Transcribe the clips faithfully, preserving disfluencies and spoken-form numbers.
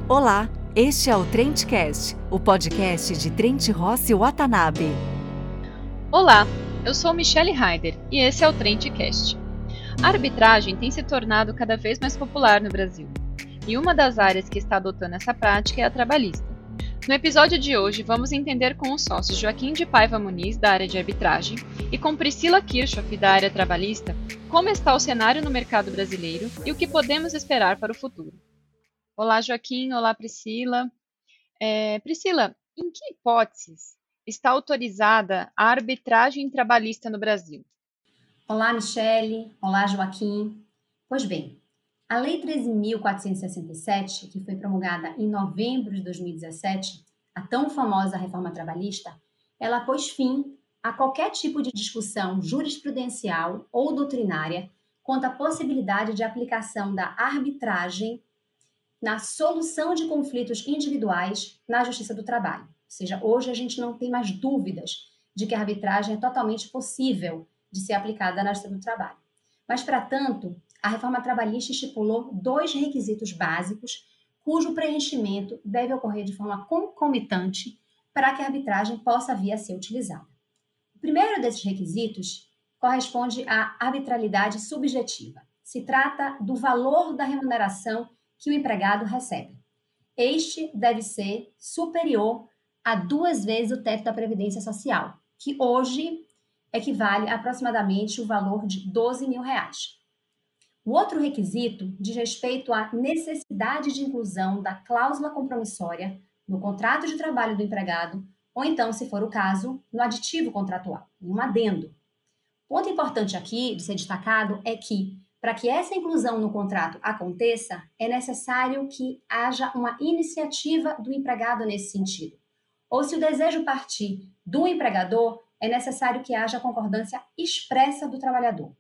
Olá, este é o Trendcast, o podcast de Trent Rossi Watanabe. Olá, eu sou Michelle Heider e esse é o Trendcast. A arbitragem tem se tornado cada vez mais popular no Brasil, e uma das áreas que está adotando essa prática é a trabalhista. No episódio de hoje, vamos entender com os sócios Joaquim de Paiva Muniz, da área de arbitragem, e com Priscila Kirchhoff, da área trabalhista, como está o cenário no mercado brasileiro e o que podemos esperar para o futuro. Olá, Joaquim. Olá, Priscila. É, Priscila, em que hipóteses está autorizada a arbitragem trabalhista no Brasil? Olá, Michele. Olá, Joaquim. Pois bem, a Lei treze mil quatrocentos e sessenta e sete, que foi promulgada em novembro de dois mil e dezessete, a tão famosa reforma trabalhista, ela pôs fim a qualquer tipo de discussão jurisprudencial ou doutrinária quanto à possibilidade de aplicação da arbitragem na solução de conflitos individuais na Justiça do Trabalho. Ou seja, hoje a gente não tem mais dúvidas de que a arbitragem é totalmente possível de ser aplicada na Justiça do Trabalho. Mas, para tanto, a reforma trabalhista estipulou dois requisitos básicos cujo preenchimento deve ocorrer de forma concomitante para que a arbitragem possa vir a ser utilizada. O primeiro desses requisitos corresponde à arbitralidade subjetiva. Se trata do valor da remuneração que o empregado recebe. Este deve ser superior a duas vezes o teto da Previdência Social, que hoje equivale a aproximadamente o valor de doze mil reais. O outro requisito diz respeito à necessidade de inclusão da cláusula compromissória no contrato de trabalho do empregado, ou então, se for o caso, no aditivo contratual, em um adendo. Ponto importante aqui de ser destacado é que, para que essa inclusão no contrato aconteça, é necessário que haja uma iniciativa do empregado nesse sentido. Ou, se o desejo partir do empregador, é necessário que haja concordância expressa do trabalhador.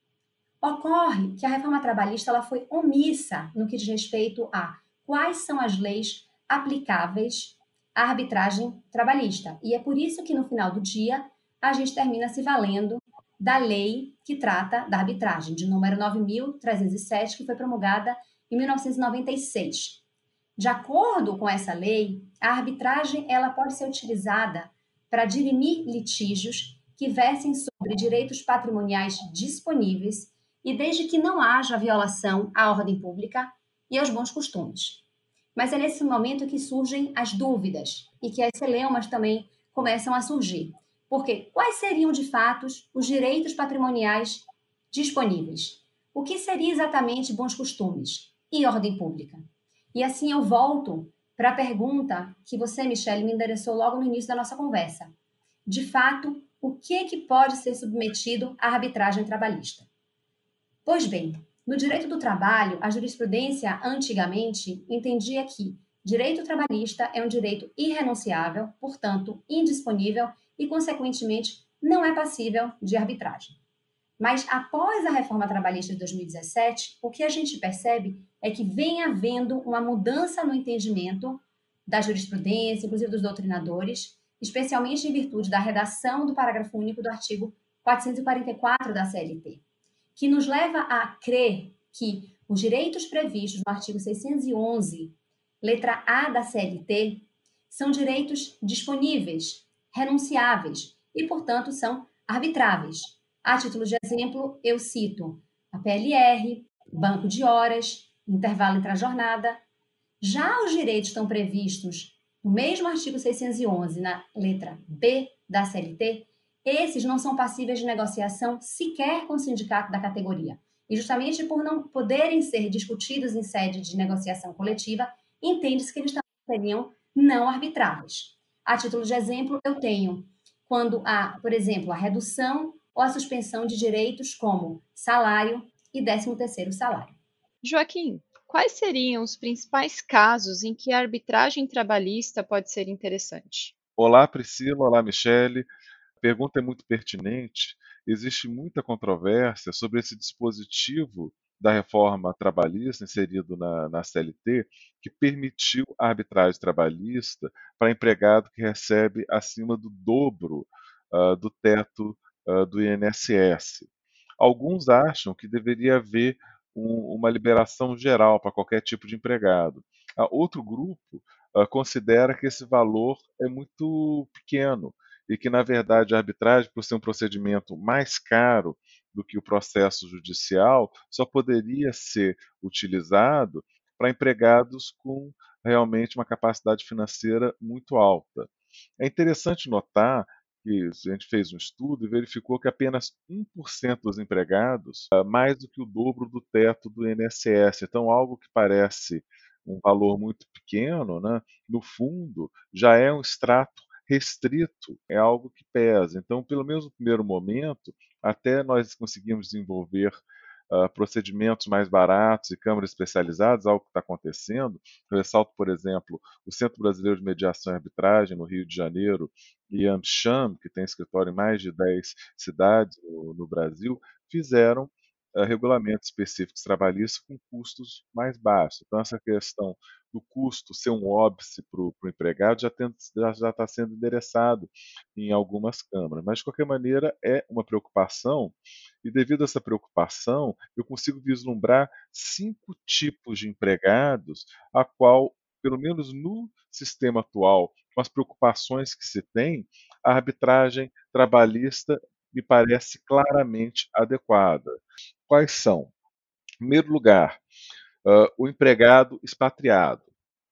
Ocorre que a reforma trabalhista ela foi omissa no que diz respeito a quais são as leis aplicáveis à arbitragem trabalhista. E é por isso que, no final do dia, a gente termina se valendo da lei que trata da arbitragem, de número nove mil trezentos e sete, que foi promulgada em mil novecentos e noventa e seis. De acordo com essa lei, a arbitragem ela pode ser utilizada para dirimir litígios que versem sobre direitos patrimoniais disponíveis e desde que não haja violação à ordem pública e aos bons costumes. Mas é nesse momento que surgem as dúvidas e que as celeumas também começam a surgir. Porque quais seriam, de fato, os direitos patrimoniais disponíveis? O que seria exatamente bons costumes e ordem pública? E assim eu volto para a pergunta que você, Michele, me endereçou logo no início da nossa conversa. De fato, o que é que pode ser submetido à arbitragem trabalhista? Pois bem, no direito do trabalho, a jurisprudência antigamente entendia que direito trabalhista é um direito irrenunciável, portanto, indisponível e, consequentemente, não é passível de arbitragem. Mas, após a reforma trabalhista de dois mil e dezessete, o que a gente percebe é que vem havendo uma mudança no entendimento da jurisprudência, inclusive dos doutrinadores, especialmente em virtude da redação do parágrafo único do artigo quatrocentos e quarenta e quatro da C L T, que nos leva a crer que os direitos previstos no artigo seiscentos e onze, letra A da C L T, são direitos disponíveis, renunciáveis e, portanto, são arbitráveis. A título de exemplo, eu cito a P L R, banco de horas, intervalo entre a jornada. Já os direitos estão previstos no mesmo artigo seiscentos e onze, na letra B da C L T, esses não são passíveis de negociação sequer com o sindicato da categoria. E justamente por não poderem ser discutidos em sede de negociação coletiva, entende-se que eles também seriam não arbitráveis. A título de exemplo, eu tenho quando há, por exemplo, a redução ou a suspensão de direitos como salário e décimo terceiro salário. Joaquim, quais seriam os principais casos em que a arbitragem trabalhista pode ser interessante? Olá, Priscila. Olá, Michele. A pergunta é muito pertinente. Existe muita controvérsia sobre esse dispositivo da reforma trabalhista inserido na, na C L T, que permitiu a arbitragem trabalhista para empregado que recebe acima do dobro uh, do teto uh, do I N S S. Alguns acham que deveria haver um, uma liberação geral para qualquer tipo de empregado. Ah, outro grupo ah, considera que esse valor é muito pequeno e que, na verdade, a arbitragem, por ser um procedimento mais caro do que o processo judicial, só poderia ser utilizado para empregados com realmente uma capacidade financeira muito alta. É interessante notar que a gente fez um estudo e verificou que apenas um por cento dos empregados, ah, mais do que o dobro do teto do I N S S. Então, algo que parece um valor muito pequeno, né, no fundo, já é um extrato restrito, é algo que pesa. Então, pelo menos no primeiro momento, até nós conseguimos desenvolver ah, procedimentos mais baratos e câmaras especializadas, algo que está acontecendo. Eu ressalto, por exemplo, o Centro Brasileiro de Mediação e Arbitragem, no Rio de Janeiro, e a AmCham, que tem escritório em mais de dez cidades no, no Brasil, fizeram ah, regulamentos específicos trabalhistas com custos mais baixos. Então, essa questão do custo ser um óbice para o empregado já tem- já já está sendo endereçado em algumas câmaras. Mas, de qualquer maneira, é uma preocupação, e devido a essa preocupação, eu consigo vislumbrar cinco tipos de empregados a qual, pelo menos no sistema atual, com as preocupações que se tem, a arbitragem trabalhista me parece claramente adequada. Quais são? Em primeiro lugar, hã, o empregado expatriado.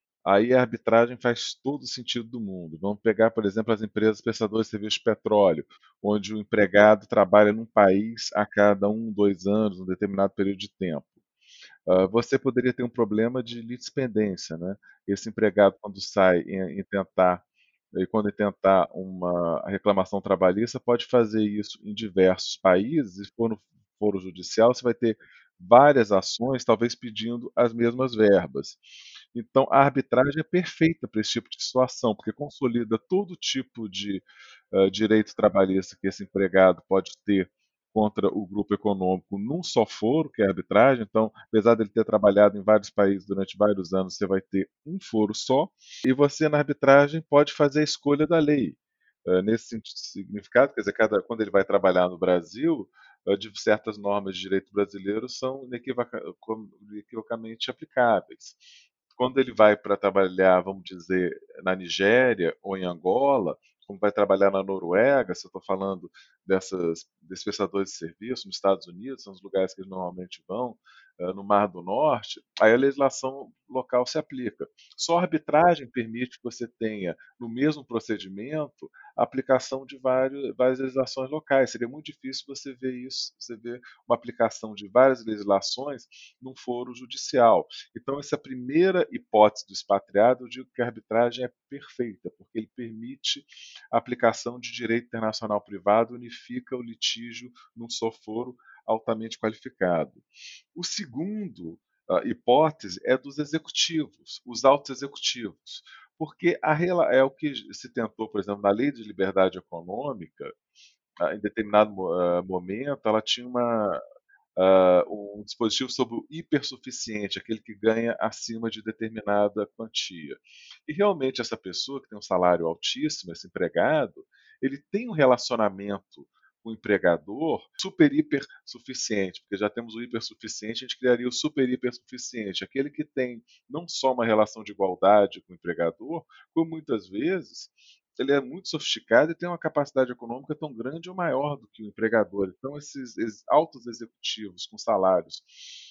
Aí a arbitragem faz todo o sentido do mundo. Vamos pegar, por exemplo, as empresas prestadoras de serviço de petróleo, onde o empregado trabalha num país a cada um, dois anos, um determinado período de tempo. Ah, você poderia ter um problema de litispendência, né? Esse empregado, quando sai em, em tentar e quando ele tentar uma reclamação trabalhista, pode fazer isso em diversos países, e se for no foro judicial, você vai ter várias ações, talvez pedindo as mesmas verbas. Então, a arbitragem é perfeita para esse tipo de situação, porque consolida todo tipo de ah, direito trabalhista que esse empregado pode ter contra o grupo econômico num só foro, que é a arbitragem. Então, apesar dele ter trabalhado em vários países durante vários anos, você vai ter um foro só, e você na arbitragem pode fazer a escolha da lei. Eh, nesse senti- significado, quer dizer, cada, quando ele vai trabalhar no Brasil, eh, de certas normas de direito brasileiro são inequivoca- com- inequivocamente aplicáveis. Quando ele vai para trabalhar, vamos dizer, na Nigéria ou em Angola, como vai trabalhar na Noruega, se eu estou falando dessas, desses prestadores de serviço, nos Estados Unidos, são os lugares que eles normalmente vão, eh, no Mar do Norte, aí a legislação local se aplica. Só a arbitragem permite que você tenha, no mesmo procedimento, a aplicação de vários, várias legislações locais. Seria muito difícil você ver isso, você ver uma aplicação de várias legislações num foro judicial. Então, essa primeira hipótese do expatriado, eu digo que a arbitragem é perfeita, porque ele permite a aplicação de direito internacional privado, unifica o litígio num só foro altamente qualificado. O segundo ah, hipótese é dos executivos, os altos executivos, porque a, rela- é o que se tentou, por exemplo, na lei de liberdade econômica, ah, em determinado mo- ah, momento, ela tinha uma, ah, um dispositivo sobre o hipersuficiente, aquele que ganha acima de determinada quantia. E realmente essa pessoa que tem um salário altíssimo, esse empregado, ele tem um relacionamento com o empregador super hiper suficiente, porque já temos o hipersuficiente, a gente criaria o super hiper suficiente, aquele que tem não só uma relação de igualdade com o empregador, como muitas vezes ele é muito sofisticado e tem uma capacidade econômica tão grande ou maior do que o empregador. Então, esses, esses altos executivos com salários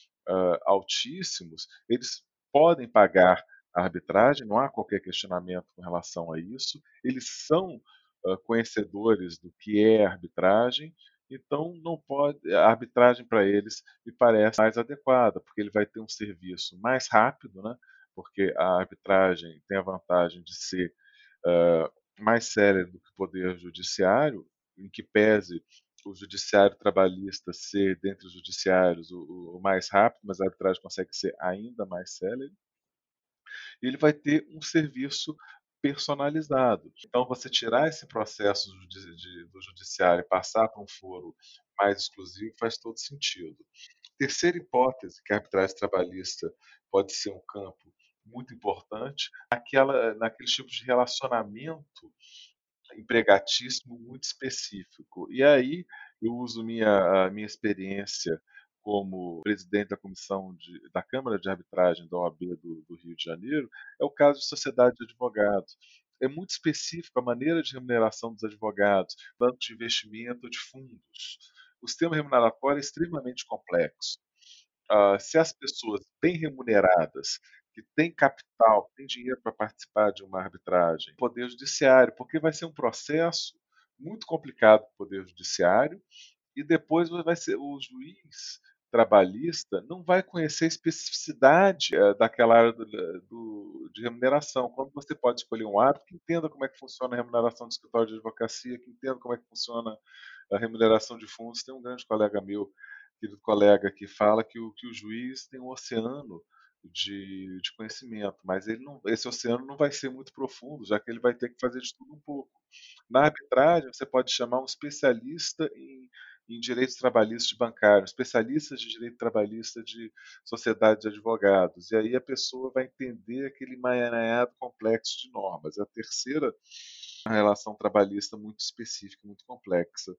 ah, altíssimos, eles podem pagar a arbitragem, não há qualquer questionamento com relação a isso. Eles são ah, conhecedores do que é arbitragem, então não pode a arbitragem para eles me parece mais adequada, porque ele vai ter um serviço mais rápido, né? Porque a arbitragem tem a vantagem de ser ah, mais séria do que o poder judiciário, em que pese o judiciário trabalhista ser, dentre os judiciários, o, o- o mais rápido, mas a arbitragem consegue ser ainda mais célere, e ele vai ter um serviço personalizado. Então, você tirar esse processo judi- de- do judiciário e passar para um foro mais exclusivo faz todo sentido. Terceira hipótese, que a arbitragem trabalhista pode ser um campo muito importante, aquela, naqueles tipos de relacionamento empregatício muito específico. E aí eu uso minha, a minha experiência como presidente da comissão de, da Câmara de Arbitragem da O A B do, do Rio de Janeiro, é o caso de sociedade de advogados. É muito específico a maneira de remuneração dos advogados, bancos de investimento de fundos. O sistema remuneratório é extremamente complexo. Uh, se as pessoas bem remuneradas, que têm capital, têm dinheiro para participar de uma arbitragem, Poder Judiciário, porque vai ser um processo muito complicado para o Poder Judiciário, e depois vai ser o juiz trabalhista não vai conhecer a especificidade uh, daquela área do, do, de remuneração. Quando você pode escolher um árbitro que entenda como é que funciona a remuneração do escritório de advocacia, que entenda como é que funciona a remuneração de fundos. Tem um grande colega meu, querido colega, que fala que o, que o juiz tem um oceano de, de conhecimento, mas ele não, esse oceano não vai ser muito profundo, já que ele vai ter que fazer de tudo um pouco. Na arbitragem, você pode chamar um especialista em, em direitos trabalhistas de bancário, especialistas de direito trabalhista de sociedade de advogados, e aí a pessoa vai entender aquele emaranhado complexo de normas. A terceira, a relação trabalhista muito específica, muito complexa.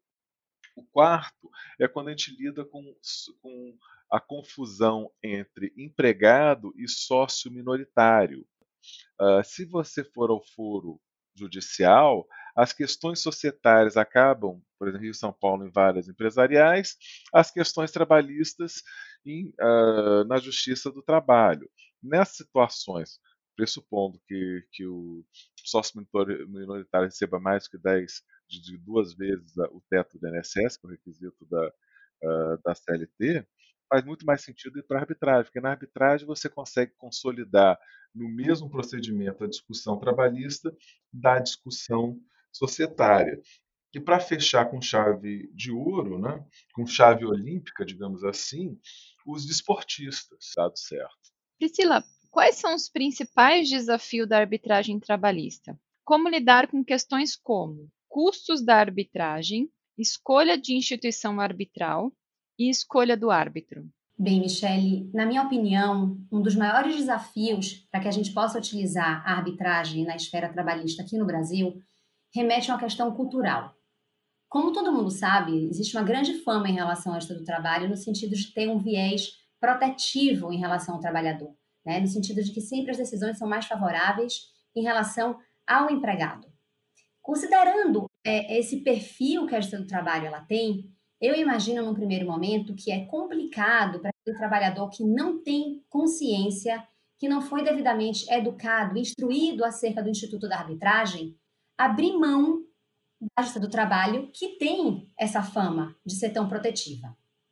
O quarto é quando a gente lida com, com a confusão entre empregado e sócio minoritário. Uh, se você for ao foro judicial, as questões societárias acabam, por exemplo, Rio e São Paulo, em várias empresariais, as questões trabalhistas em, uh, na Justiça do Trabalho. Nessas situações, pressupondo que, que o sócio minoritário receba mais que dez, de duas vezes o teto do I N S S, que é o requisito da, uh, da C L T, faz muito mais sentido ir para a arbitragem, porque na arbitragem você consegue consolidar no mesmo procedimento a discussão trabalhista da discussão societária. E para fechar com chave de ouro, né, com chave olímpica, digamos assim, os desportistas, dado certo. Priscila, quais são os principais desafios da arbitragem trabalhista? Como lidar com questões como custos da arbitragem, escolha de instituição arbitral e escolha do árbitro? Bem, Michele, na minha opinião, um dos maiores desafios para que a gente possa utilizar a arbitragem na esfera trabalhista aqui no Brasil remete a uma questão cultural. Como todo mundo sabe, existe uma grande fama em relação ao Estado do Trabalho no sentido de ter um viés protetivo em relação ao trabalhador, né? No sentido de que sempre as decisões são mais favoráveis em relação ao empregado. Considerando é, esse perfil que a Justiça do Trabalho ela tem, eu imagino num primeiro momento que é complicado para aquele trabalhador que não tem consciência, que não foi devidamente educado, instruído acerca do Instituto da Arbitragem, abrir mão da Justiça do Trabalho, que tem essa fama de ser tão protetiva.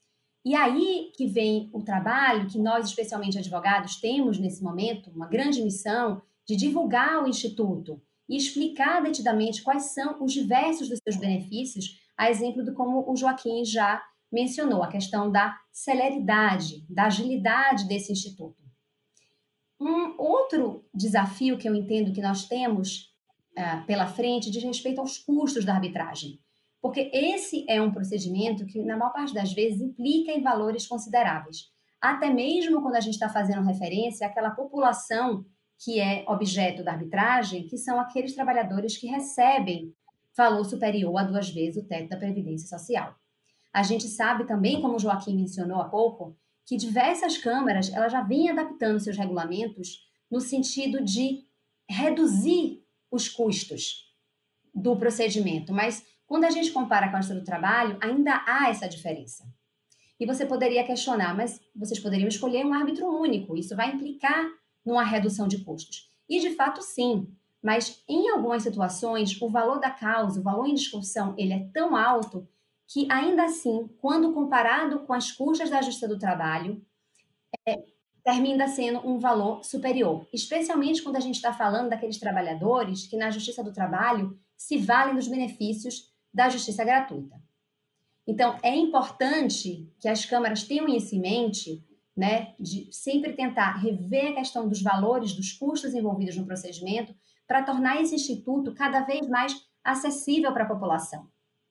E aí que vem o trabalho que nós, especialmente advogados, temos nesse momento, uma grande missão de divulgar o Instituto e explicar detidamente quais são os diversos dos seus benefícios, a exemplo de como o Joaquim já mencionou, a questão da celeridade, da agilidade desse Instituto. Um outro desafio que eu entendo que nós temos uh, pela frente diz respeito aos custos da arbitragem, porque esse é um procedimento que, na maior parte das vezes, implica em valores consideráveis, até mesmo quando a gente está fazendo referência àquela população que é objeto da arbitragem, que são aqueles trabalhadores que recebem valor superior a duas vezes o teto da Previdência Social. A gente sabe também, como o Joaquim mencionou há pouco, que diversas câmaras elas já vêm adaptando seus regulamentos no sentido de reduzir os custos do procedimento, mas quando a gente compara com a Justiça do Trabalho, ainda há essa diferença. E você poderia questionar, mas vocês poderiam escolher um árbitro único, isso vai implicar numa redução de custos. E, de fato, sim. Mas, em algumas situações, o valor da causa, o valor em discussão, ele é tão alto que, ainda assim, quando comparado com as custas da Justiça do Trabalho, é, termina sendo um valor superior. Especialmente quando a gente está falando daqueles trabalhadores que, na Justiça do Trabalho, se valem dos benefícios da justiça gratuita. Então, é importante que as câmaras tenham isso em mente, né, de sempre tentar rever a questão dos valores, dos custos envolvidos no procedimento, para tornar esse instituto cada vez mais acessível para a população.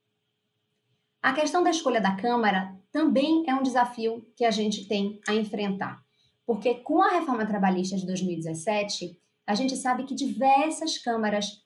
A questão da escolha da Câmara também é um desafio que a gente tem a enfrentar, porque com a reforma trabalhista de dois mil e dezessete, a gente sabe que diversas câmaras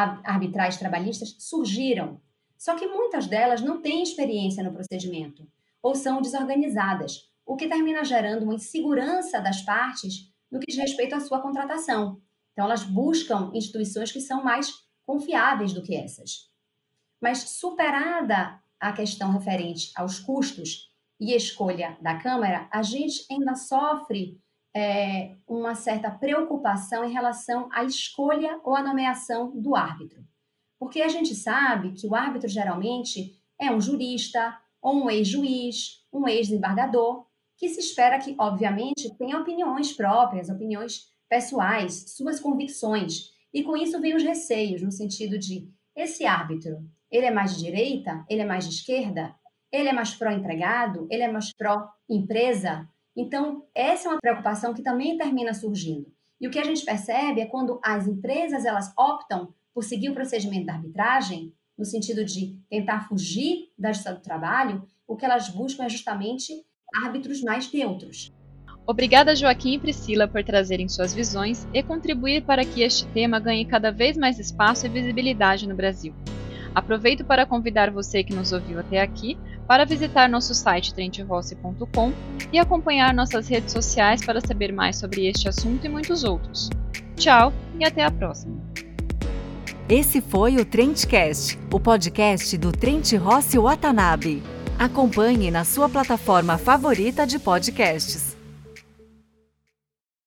arbitrais trabalhistas surgiram, só que muitas delas não têm experiência no procedimento, ou são desorganizadas, o que termina gerando uma insegurança das partes no que diz respeito à sua contratação. Então, elas buscam instituições que são mais confiáveis do que essas. Mas, superada a questão referente aos custos e escolha da Câmara, a gente ainda sofre é, uma certa preocupação em relação à escolha ou à nomeação do árbitro. Porque a gente sabe que o árbitro geralmente é um jurista, ou um ex-juiz, um ex-desembargador, que se espera que, obviamente, tenha opiniões próprias, opiniões pessoais, suas convicções. E com isso vem os receios, no sentido de, esse árbitro, ele é mais de direita? Ele é mais de esquerda? Ele é mais pró-empregado? Ele é mais pró-empresa? Então, essa é uma preocupação que também termina surgindo. E o que a gente percebe é quando as empresas elas optam por seguir o procedimento da arbitragem, no sentido de tentar fugir da justiça do trabalho, o que elas buscam é justamente árbitros mais neutros. Obrigada, Joaquim e Priscila, por trazerem suas visões e contribuir para que este tema ganhe cada vez mais espaço e visibilidade no Brasil. Aproveito para convidar você que nos ouviu até aqui para visitar nosso site trent rossi ponto com e acompanhar nossas redes sociais para saber mais sobre este assunto e muitos outros. Tchau e até a próxima! Esse foi o TrentCast, o podcast do Trent Rossi Watanabe. Acompanhe na sua plataforma favorita de podcasts.